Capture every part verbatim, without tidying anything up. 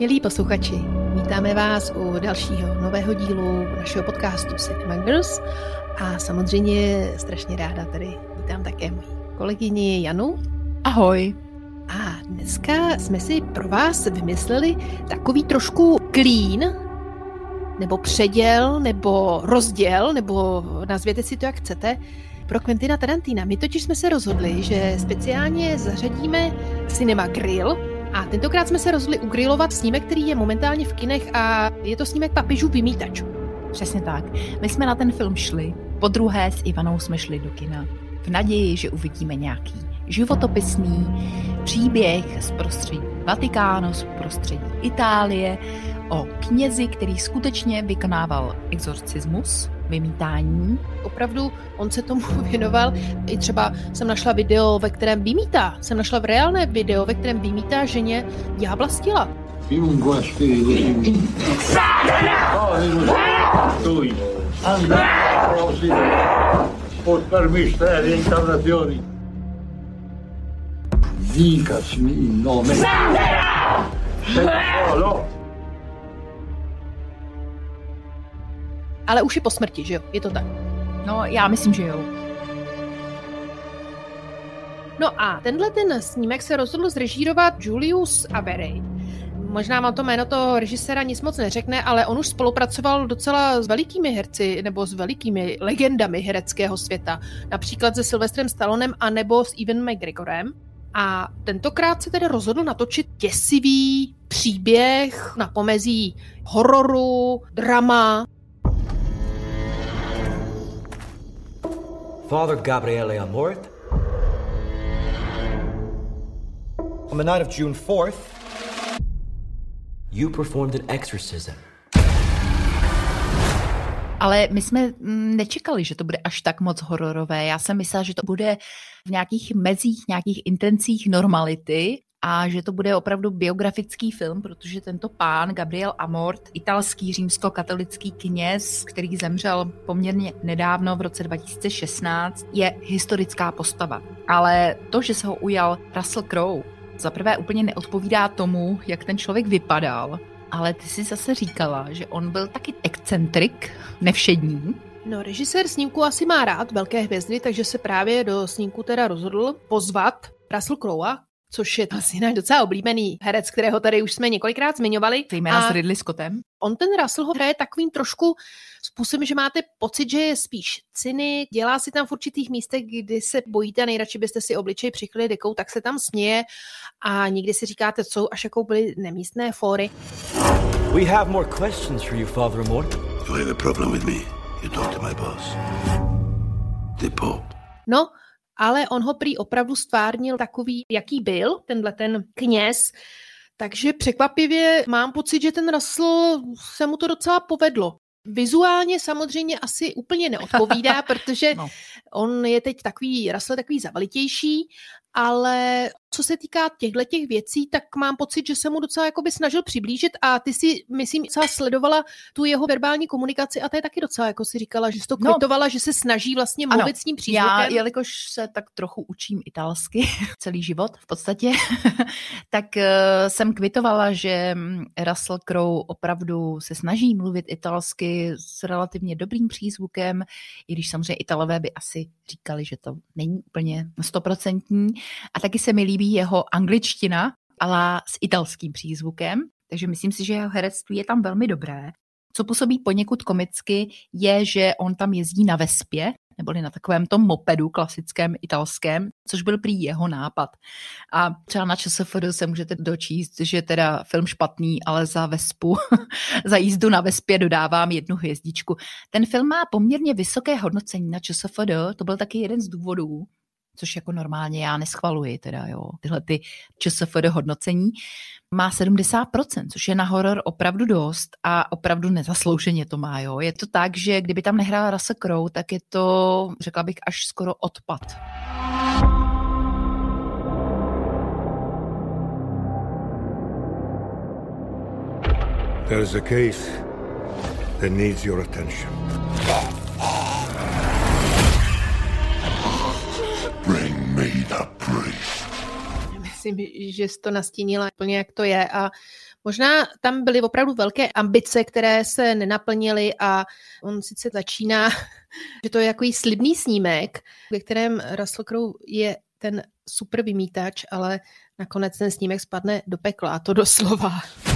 Milí posluchači, vítáme vás u dalšího nového dílu našeho podcastu Cinema Girls a samozřejmě strašně ráda tady vítám také moji kolegyni Janu. Ahoj. A dneska jsme si pro vás vymysleli takový trošku klín, nebo předěl, nebo rozděl, nebo nazvěte si to, jak chcete, pro Quentina Tarantina. My totiž jsme se rozhodli, že speciálně zařadíme Cinema Grill, a tentokrát jsme se rozhodli ugrilovat snímek, který je momentálně v kinech a je to snímek Papežův vymítač. Přesně tak. My jsme na ten film šli. Po druhé s Ivanou jsme šli do kina v naději, že uvidíme nějaký životopisný příběh z prostředí Vatikánu, z prostředí Itálie, o knězi, který skutečně vykonával exorcismus, vymítání. Opravdu on se tomu věnoval. I třeba jsem našla video, ve kterém vymítá. Jsem našla v reálné video, ve kterém vymítá ženě ďábla z těla. Ale už je po smrti, že jo? Je to tak? No, já myslím, že jo. No a tenhle ten snímek se rozhodl zrežírovat Julius Avery. Možná vám to jméno toho režiséra nic moc neřekne, ale on už spolupracoval docela s velikými herci nebo s velikými legendami hereckého světa. Například se Sylvestrem Stallonem a nebo s Ewanem McGregorem. A tentokrát se tedy rozhodl natočit děsivý příběh na pomezí hororu, drama. Father Gabriele Amort. On the night of June fourth, you performed an exorcism. Ale my jsme nečekali, že to bude až tak moc hororové. Já jsem myslela, že to bude v nějakých mezích, nějakých intencích normality a že to bude opravdu biografický film, protože tento pán Gabriel Amort, italský římskokatolický kněz, který zemřel poměrně nedávno v roce dva tisíce šestnáct, je historická postava. Ale to, že se ho ujal Russell Crowe, zaprvé úplně neodpovídá tomu, jak ten člověk vypadal, ale ty jsi zase říkala, že on byl taky excentrik, nevšední. No, režisér snímku asi má rád velké hvězdy, takže se právě do snímku teda rozhodl pozvat Russell Crowe, což je asi náš docela oblíbený herec, kterého tady už jsme několikrát zmiňovali. Zejména s Ridley Scottem. On ten Russell ho hraje takovým trošku způsobem, že máte pocit, že je spíš cynik, dělá si tam v určitých místech, kdy se bojíte, nejradši byste si obličej přikryli dekou, tak se tam směje a někdy si říkáte, co až jakou byly nemístné fóry. We have more questions for you, Father Amort. You have a problem with me. You talk to my boss. The Pope. No, ale on ho prý opravdu stvárnil takový, jaký byl, tenhle ten kněz, takže překvapivě mám pocit, že ten Russell se mu to docela povedlo. Vizuálně samozřejmě asi úplně neodpovídá, protože no. On je teď takový, Russell takový zavalitější, ale co se týká těchto těch věcí, tak mám pocit, že se mu docela jakoby snažil přiblížit a ty si, myslím, docela sledovala tu jeho verbální komunikaci a to je taky docela, jako si říkala, že jsi to kvitovala, no, že se snaží vlastně mluvit ano, s tím přízvukem. Já, jelikož se tak trochu učím italsky celý život v podstatě, tak uh, jsem kvitovala, že Russell Crowe opravdu se snaží mluvit italsky s relativně dobrým přízvukem, i když samozřejmě Italové by asi říkali, že to není úplně stoprocentní. A taky se mi líbí jeho angličtina, ale s italským přízvukem, takže myslím si, že jeho herectví je tam velmi dobré. Co působí poněkud komicky, je, že on tam jezdí na vespě, neboli na takovém tom mopedu klasickém italském, což byl prý jeho nápad. A třeba na ČSFD se můžete dočíst, že teda film špatný, ale za vespu, za jízdu na vespě dodávám jednu hvězdičku. Ten film má poměrně vysoké hodnocení na ČSFD, to byl taky jeden z důvodů, což jako normálně já neschvaluji, teda jo, tyhle ty ČSFD hodnocení, má sedmdesát procent, což je na horor opravdu dost a opravdu nezaslouženě to má, jo. Je to tak, že kdyby tam nehrál Russell Crowe, tak je to, řekla bych, až skoro odpad. There is a case that needs your attention. Bring me the priest. Myslím, že jsi to nastínila úplně, jak to je a Možná tam byly opravdu velké ambice, které se nenaplnily a on sice začíná, že to je takový slibný snímek, ve kterém Russell Crowe je ten super vymítač, ale nakonec ten snímek spadne do pekla, a to doslova.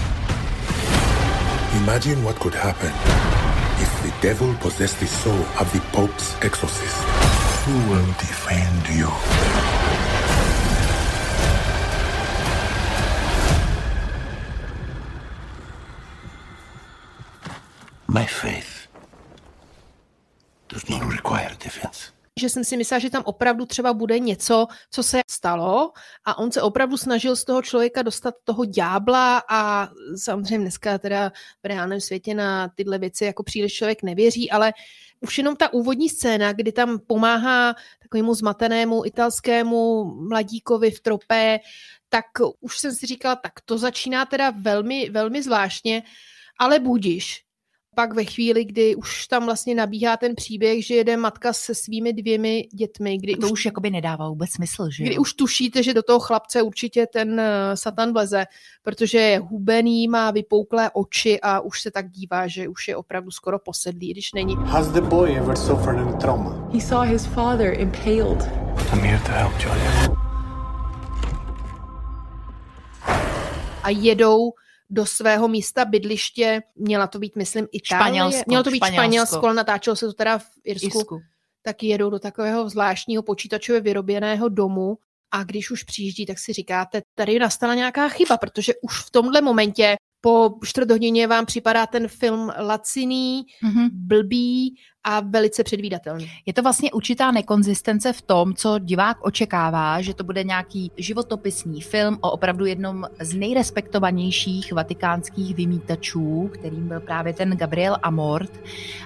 Imagine what could happen if the devil possessed the soul of the Pope's exorcist. Who will defend you? My faith does not require defense. Že jsem si myslela, že tam opravdu třeba bude něco, co se stalo a on se opravdu snažil z toho člověka dostat toho ďábla a samozřejmě dneska teda v reálném světě na tyhle věci jako příliš člověk nevěří, ale už jenom ta úvodní scéna, kdy tam pomáhá takovému zmatenému italskému mladíkovi v tropé, tak už jsem si říkala, tak to začíná teda velmi, velmi zvláštně, ale budiš. Pak ve chvíli, kdy už tam vlastně nabíhá ten příběh, že jede matka se svými dvěmi dětmi. Kdy to už, už jakoby nedává vůbec smysl, že jo? Kdy už tušíte, že do toho chlapce určitě ten satan vleze, protože je hubený, má vypouklé oči a už se tak dívá, že už je opravdu skoro posedlý, když není. Has the boy ever suffered any trauma? He saw his father impaled. I'm here to help, Julia. A jedou do svého místa bydliště, měla to být, myslím, Itálie. Španělsko. Mělo to být Španělsko, Španělsko, ale natáčelo se to teda v Irsku. Irsku. Tak jedou do takového zvláštního počítačově vyrobeného domu a když už přijíždí, tak si říkáte, tady nastala nějaká chyba, protože už v tomhle momentě po čtvrt hodině vám připadá ten film laciný, mm-hmm. blbý a velice předvídatelný. Je to vlastně určitá nekonzistence v tom, co divák očekává, že to bude nějaký životopisný film o opravdu jednom z nejrespektovanějších vatikánských vymítačů, kterým byl právě ten Gabriel Amort.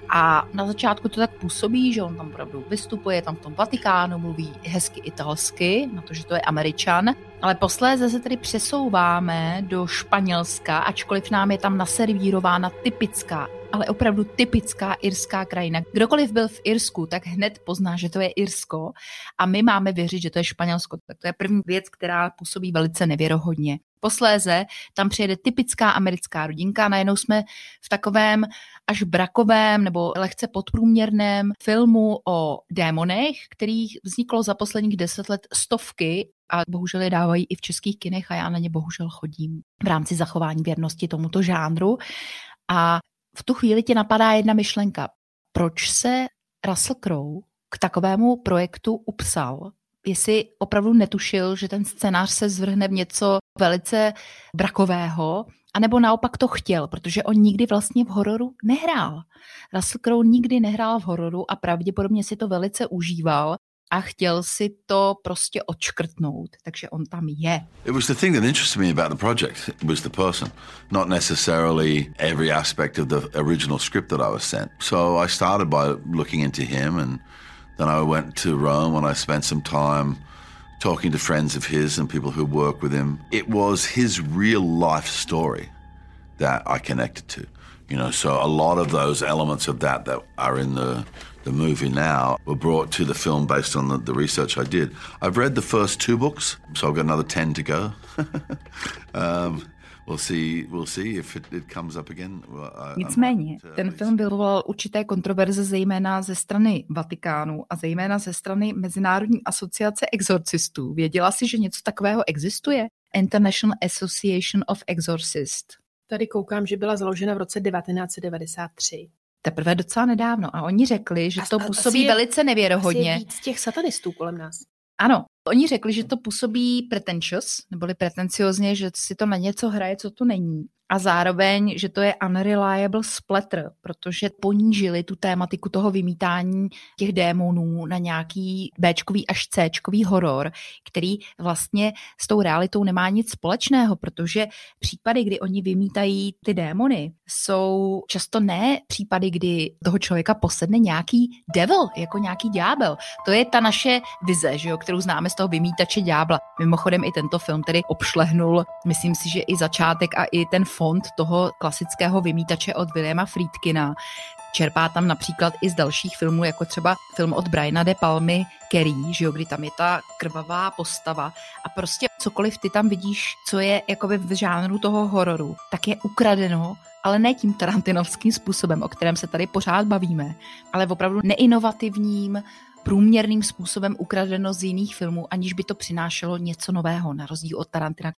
A na začátku to tak působí, že on tam opravdu vystupuje, tam v tom Vatikánu, mluví hezky italsky, na to, že to je Američan. Ale posléze se tedy přesouváme do Španělska, ačkoliv nám je tam naservírována typická, ale opravdu typická irská krajina. Kdokoliv byl v Irsku, tak hned pozná, že to je Irsko a my máme věřit, že to je Španělsko. Tak to je první věc, která působí velice nevěrohodně. Posléze tam přijede typická americká rodinka, najednou jsme v takovém až brakovém nebo lehce podprůměrném filmu o démonech, kterých vzniklo za posledních deset let stovky a bohužel je dávají i v českých kinech a já na ně bohužel chodím v rámci zachování věrnosti tomuto žánru. A v tu chvíli ti napadá jedna myšlenka. Proč se Russell Crowe k takovému projektu upsal? Jestli opravdu netušil, že ten scénář se zvrhne v něco velice brakového, anebo naopak to chtěl, protože on nikdy vlastně v hororu nehrál. Russell Crowe nikdy nehrál v hororu a pravděpodobně si to velice užíval a chtěl si to prostě odškrtnout, takže on tam je. It was the thing that interested me about the project. It was the person, not necessarily every aspect of the original script that I was sent. So I started by looking into him, and then I went to Rome and I spent some time talking to friends of his and people who work with him. It was his real life story that I connected to. You know, so a lot of those elements of that that are in the the movie now were brought to the film based on the, the research I did. I've read the first two books, so I've got another ten to go. um, we'll see, we'll see if it, it comes up again. Nicméně, ten film vyvolal určité kontroverze zejména ze strany Vatikánu a zejména ze strany Mezinárodní asociace exorcistů. Věděla jsi, že něco takového existuje? International Association of Exorcists. Tady koukám, že byla založena v roce devatenáct set devadesát tři. Teprve docela nedávno. A oni řekli, že to a, působí je, velice nevěrohodně. Asi je víc těch satanistů kolem nás. Ano, oni řekli, že to působí pretentious, neboli pretenciozně, že si to na něco hraje, co to není. A zároveň, že to je unreliable splatter, protože ponížili tu tématiku toho vymítání těch démonů na nějaký béčkový až céčkový horor, který vlastně s tou realitou nemá nic společného, protože případy, kdy oni vymítají ty démony, jsou často ne případy, kdy toho člověka posedne nějaký devil, jako nějaký ďábel. To je ta naše vize, že jo, kterou známe z toho vymítače ďábla. Mimochodem i tento film tedy obšlehnul, myslím si, že i začátek a i ten fond toho klasického vymítače od Williama Friedkina. Čerpá tam například i z dalších filmů, jako třeba film od Briana De Palmy Carrie, že jo, kdy tam je ta krvavá postava a prostě cokoliv ty tam vidíš, co je jakoby v žánru toho hororu, tak je ukradeno, ale ne tím tarantinovským způsobem, o kterém se tady pořád bavíme, ale opravdu neinovativním, průměrným způsobem ukradeno z jiných filmů, aniž by to přinášelo něco nového, na rozdíl od Tarantina.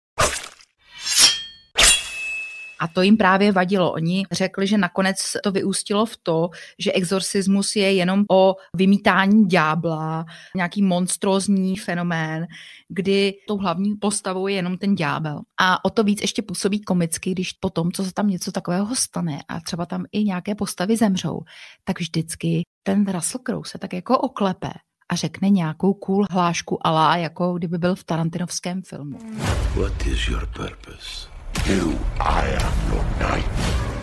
A to jim právě vadilo. Oni řekli, že nakonec to vyústilo v to, že exorcismus je jenom o vymítání ďábla, nějaký monstrózní fenomén, kdy tou hlavní postavou je jenom ten ďábel. A o to víc ještě působí komicky, když po tom, co se tam něco takového stane a třeba tam i nějaké postavy zemřou, tak vždycky ten Russell Crowe se tak jako oklepe a řekne nějakou cool hlášku alá, jako kdyby byl v tarantinovském filmu. What is your purpose? You, I am your nightmare.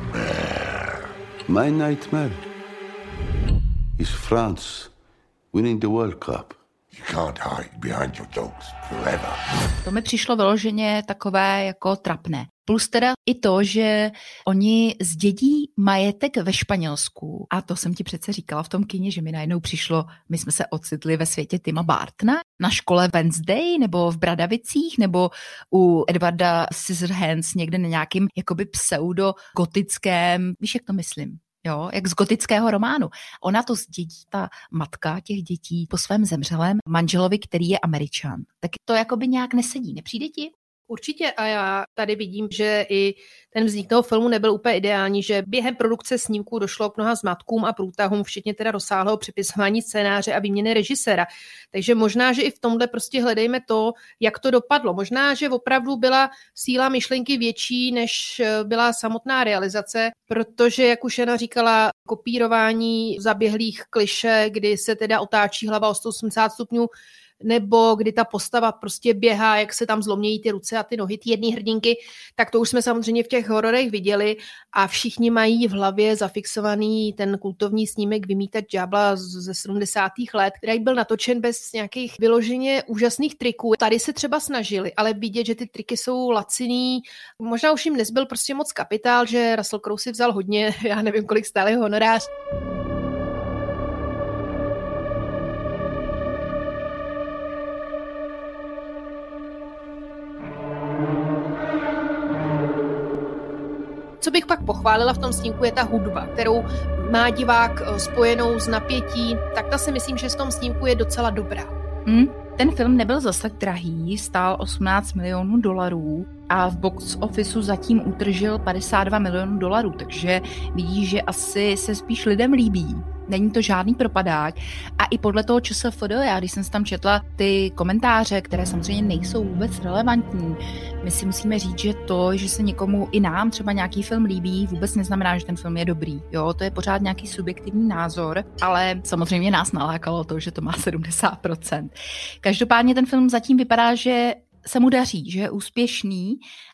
My nightmare is France winning the World Cup. You can't hide behind your dogs forever. To mi přišlo vyloženě takové jako trapné. Plus teda i to, že oni zdědí majetek ve Španělsku. A to jsem ti přece říkala v tom kině, že mi najednou přišlo, my jsme se ocitli ve světě Tima Burtona, na škole Wednesday, nebo v Bradavicích, nebo u Edwarda Scissorhands někde na nějakým jakoby pseudo-gotickém, víš, jak to myslím? Jo, jak z gotického románu. Ona to zdědí, ta matka těch dětí, po svém zemřelém manželovi, který je Američan. Tak to jakoby nějak nesedí, nepřijde ti? Určitě a já tady vidím, že i ten vznik toho filmu nebyl úplně ideální, že během produkce snímku došlo k mnoha zmatkům a průtahům, včetně teda rozsáhlého přepisování scénáře a výměny režiséra. Takže možná, že i v tomhle prostě hledejme to, jak to dopadlo. Možná, že opravdu byla síla myšlenky větší, než byla samotná realizace, protože, jak už Jana říkala, kopírování zaběhlých klišé, kdy se teda otáčí hlava o sto osmdesát stupňů, nebo kdy ta postava prostě běhá, jak se tam zlomějí ty ruce a ty nohy, ty jedné hrdinky, tak to už jsme samozřejmě v těch hororech viděli a všichni mají v hlavě zafixovaný ten kultovní snímek Vymítat ďábla ze sedmdesátých let, který byl natočen bez nějakých vyloženě úžasných triků. Tady se třeba snažili, ale vidět, že ty triky jsou laciný. Možná už jim nezbyl prostě moc kapitál, že Russell Crowe si vzal hodně, já nevím, kolik stál jeho honorář. Co bych pak pochválila v tom snímku je ta hudba, kterou má divák spojenou s napětí, tak ta si myslím, že v tom snímku je docela dobrá. Hmm, ten film nebyl zase tak drahý, stál osmnáct milionů dolarů a v box officeu zatím utržil padesát dva milionů dolarů, takže vidíš, že asi se spíš lidem líbí. Není to žádný propadák. A i podle toho ČSFD, já když jsem si tam četla ty komentáře, které samozřejmě nejsou vůbec relevantní, my si musíme říct, že to, že se někomu i nám třeba nějaký film líbí, vůbec neznamená, že ten film je dobrý. Jo, to je pořád nějaký subjektivní názor, ale samozřejmě nás nalákalo to, že to má sedmdesát procent. Každopádně ten film zatím vypadá, že se mu daří, že je úspěšný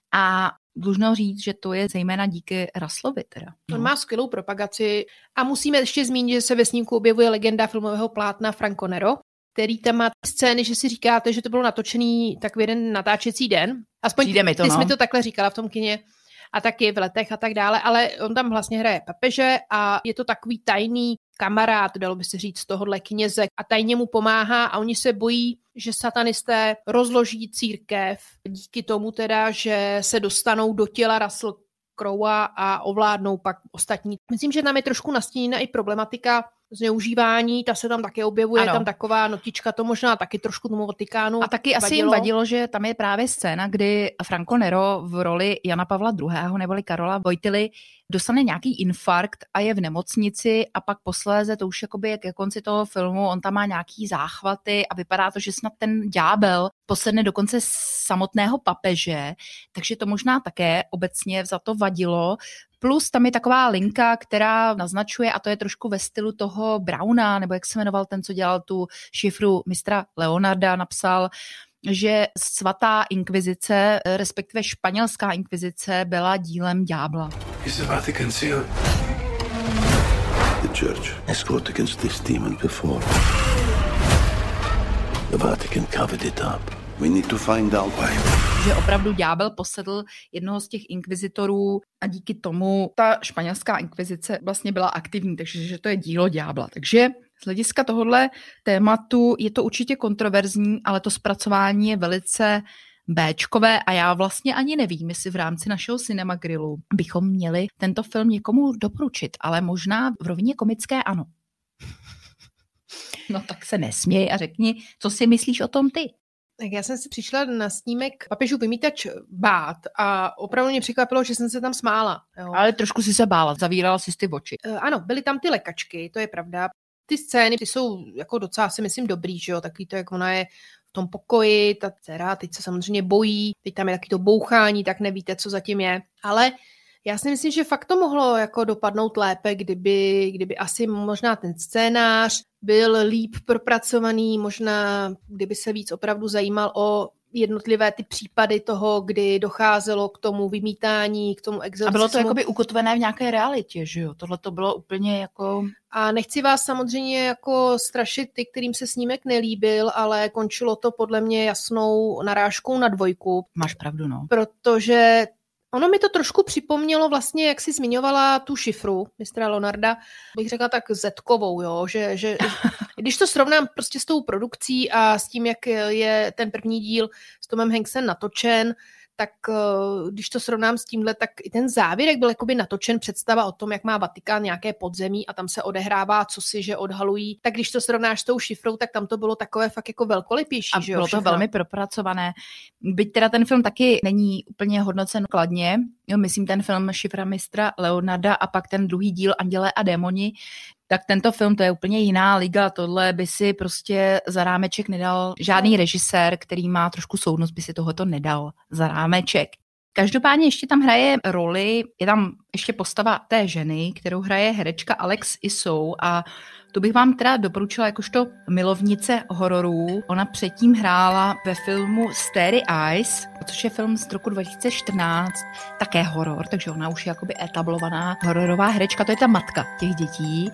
a dlužno říct, že to je zejména díky Russellovi teda. No. On má skvělou propagaci a musíme ještě zmínit, že se ve snímku objevuje legenda filmového plátna Franco Nero, který tam má scény, že si říkáte, že to bylo natočený takový jeden natáčecí den. Aspoň mi to, ty no. jsi mi to takhle říkala v tom kině a taky v Letech a tak dále, ale on tam vlastně hraje papeže a je to takový tajný kamarád, dalo by se říct, tohohle kněze a tajně mu pomáhá a oni se bojí, že satanisté rozloží církev díky tomu teda, že se dostanou do těla Russell Crowe a ovládnou pak ostatní. Myslím, že tam je trošku nastíněna i problematika zneužívání, ta se tam také objevuje, ano. Tam taková notička, to možná taky trošku tomu Vatikánu A taky vadilo. asi jim vadilo, že tam je právě scéna, kdy Franco Nero v roli Jana Pavla druhého. neboli Karola Wojtyly dostane nějaký infarkt a je v nemocnici a pak posléze, to už jakoby jak ke konci toho filmu, on tam má nějaký záchvaty a vypadá to, že snad ten ďábel posedne dokonce samotného papeže, takže to možná také obecně za to vadilo. Plus tam je taková linka, která naznačuje, a to je trošku ve stylu toho Browna, nebo jak se jmenoval ten, co dělal tu šifru mistra Leonarda, napsal, že svatá inkvizice, respektive španělská inkvizice, byla dílem ďábla. Is the Vatican sealed? The church has fought against this demon before. The Vatican covered it up. We need to find out why. Že opravdu ďábel posedl jednoho z těch inkvizitorů a díky tomu ta španělská inkvizice vlastně byla aktivní, takže že to je dílo ďábla. Takže z hlediska tohohle tématu je to určitě kontroverzní, ale to zpracování je velice béčkové a já vlastně ani nevím, jestli v rámci našeho Cinema Grillu bychom měli tento film někomu doporučit, ale možná v rovině komické ano. No tak se nesměj a řekni, co si myslíš o tom ty? Tak já jsem si přišla na snímek Papežův vymítač bát a opravdu mě překvapilo, že jsem se tam smála. Jo. Ale trošku si se bála, zavírala si ty oči. Ano, byly tam ty lékačky, to je pravda. Ty scény, ty jsou jako docela, si myslím, dobrý, že jo, takový to, jak ona je v tom pokoji, ta dcera, teď se samozřejmě bojí, teď tam je taky to bouchání, tak nevíte, co zatím je, ale já si myslím, že fakt to mohlo jako dopadnout lépe, kdyby, kdyby asi možná ten scénář byl líp propracovaný, možná kdyby se víc opravdu zajímal o jednotlivé ty případy toho, kdy docházelo k tomu vymítání, k tomu exorcismu. A bylo to jakoby ukotvené v nějaké realitě, že jo? Tohle to bylo úplně jako... A nechci vás samozřejmě jako strašit ty, kterým se snímek nelíbil, ale končilo to podle mě jasnou narážkou na dvojku. Máš pravdu, no. Protože ono mi to trošku připomnělo vlastně, jak jsi zmiňovala tu šifru mistra Leonarda, bych řekla tak zetkovou, jo, že, že když to srovnám prostě s tou produkcí a s tím, jak je ten první díl s Tomem Hanksem natočen, tak když to srovnám s tímhle, tak i ten závěrek byl jakoby natočen, představa o tom, jak má Vatikán nějaké podzemí a tam se odehrává cosi, že odhalují. Tak když to srovnáš s tou šifrou, tak tam to bylo takové fakt jako velkolepější. A že jo, bylo všechno. To velmi propracované. Byť teda ten film taky není úplně hodnocen kladně, jo, myslím ten film Šifra mistra Leonarda a pak ten druhý díl Andělé a démoni, tak tento film to je úplně jiná liga, tohle by si prostě za rámeček nedal žádný režisér, který má trošku soudnost, by si tohoto nedal za rámeček. Každopádně ještě tam hraje roli, je tam ještě postava té ženy, kterou hraje herečka Alex Isou a tu bych vám teda doporučila jakožto milovnice hororů. Ona předtím hrála ve filmu Starry Eyes, což je film z roku dva tisíce čtrnáct, také horor, takže ona už je jakoby etablovaná hororová herečka, to je ta matka těch dětí.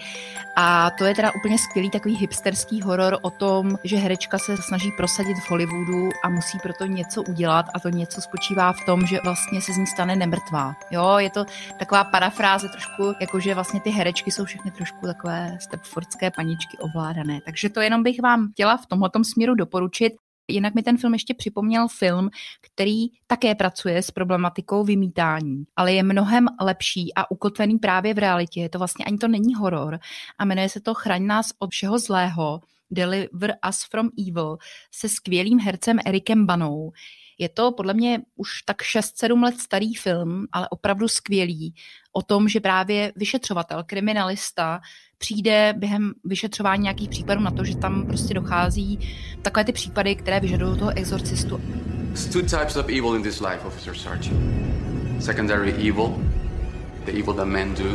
A to je teda úplně skvělý takový hipsterský horor o tom, že herečka se snaží prosadit v Hollywoodu a musí proto něco udělat a to něco spočívá v tom, že vlastně se z ní stane nemrtvá. Jo, je to taková parafráze trošku, jakože vlastně ty herečky jsou všechny trošku takové stepfordské paničky ovládané. Takže to jenom bych vám chtěla v tomhletom směru doporučit. Jinak mi ten film ještě připomněl film, který také pracuje s problematikou vymítání, ale je mnohem lepší a ukotvený právě v realitě. Je to vlastně ani to není horor a jmenuje se to Chraň nás od všeho zlého, Deliver Us from Evil, se skvělým hercem Erikem Banou. Je to podle mě už tak šest sedm let starý film, ale opravdu skvělý, o tom, že právě vyšetřovatel, kriminalista přijde během vyšetřování nějakých případů na to, že tam prostě dochází takové ty případy, které vyžadují toho exorcistu. There's two types of evil in this life, Officer Sargent. Secondary evil, the evil that men do,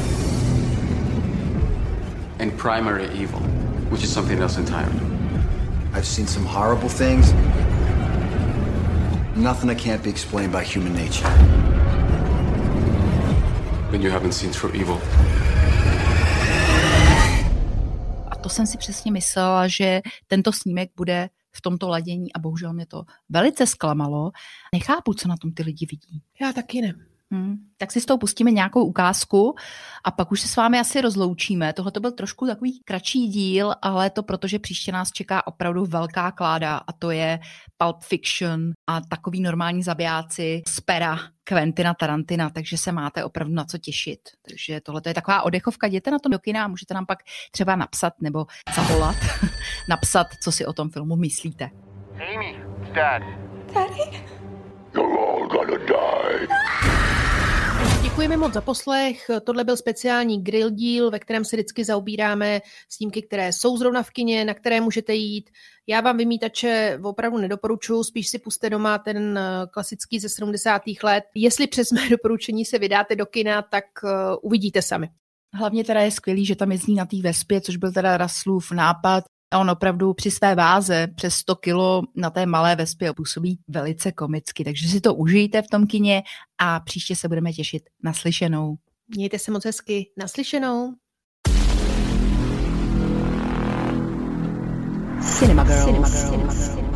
and primary evil, which is something else entirely. I've seen some horrible things. Nothing that can't be explained by human nature. Then you haven't seen true evil. A to jsem si přesně myslela, že tento snímek bude v tomto ladění a bohužel mě to velice zklamalo. Nechápu, co na tom ty lidi vidí. Já taky ne. Hmm. Tak si s tou pustíme nějakou ukázku a pak už se s vámi asi rozloučíme. Tohle to byl trošku takový kratší díl, ale to proto, že příště nás čeká opravdu velká kláda a to je Pulp Fiction a takový normální zabijáci z pera Quentina Tarantina, takže se máte opravdu na co těšit. Takže tohle je taková odechovka, jděte na to do kina a můžete nám pak třeba napsat nebo zavolat, napsat, co si o tom filmu myslíte. Amy, it's Dad. Daddy? You're all gonna die. Děkujeme moc za poslech. Tohle byl speciální grill díl, ve kterém se vždycky zaobíráme snímky, které jsou zrovna v kině, na které můžete jít. Já vám vymítače opravdu nedoporučuji, spíš si puste doma ten klasický ze sedmdesátých let. Jestli přes mé doporučení se vydáte do kina, tak uvidíte sami. Hlavně teda je skvělý, že tam jezdí na té Vespě, což byl teda Russellův nápad. A on opravdu při své váze přes sto kilo na té malé Vespě působí velice komicky. Takže si to užijte v tom kině a příště se budeme těšit na slyšenou. Mějte se moc hezky. Naslyšenou. Cinema Girls. Cinema Girls. Cinema Girls.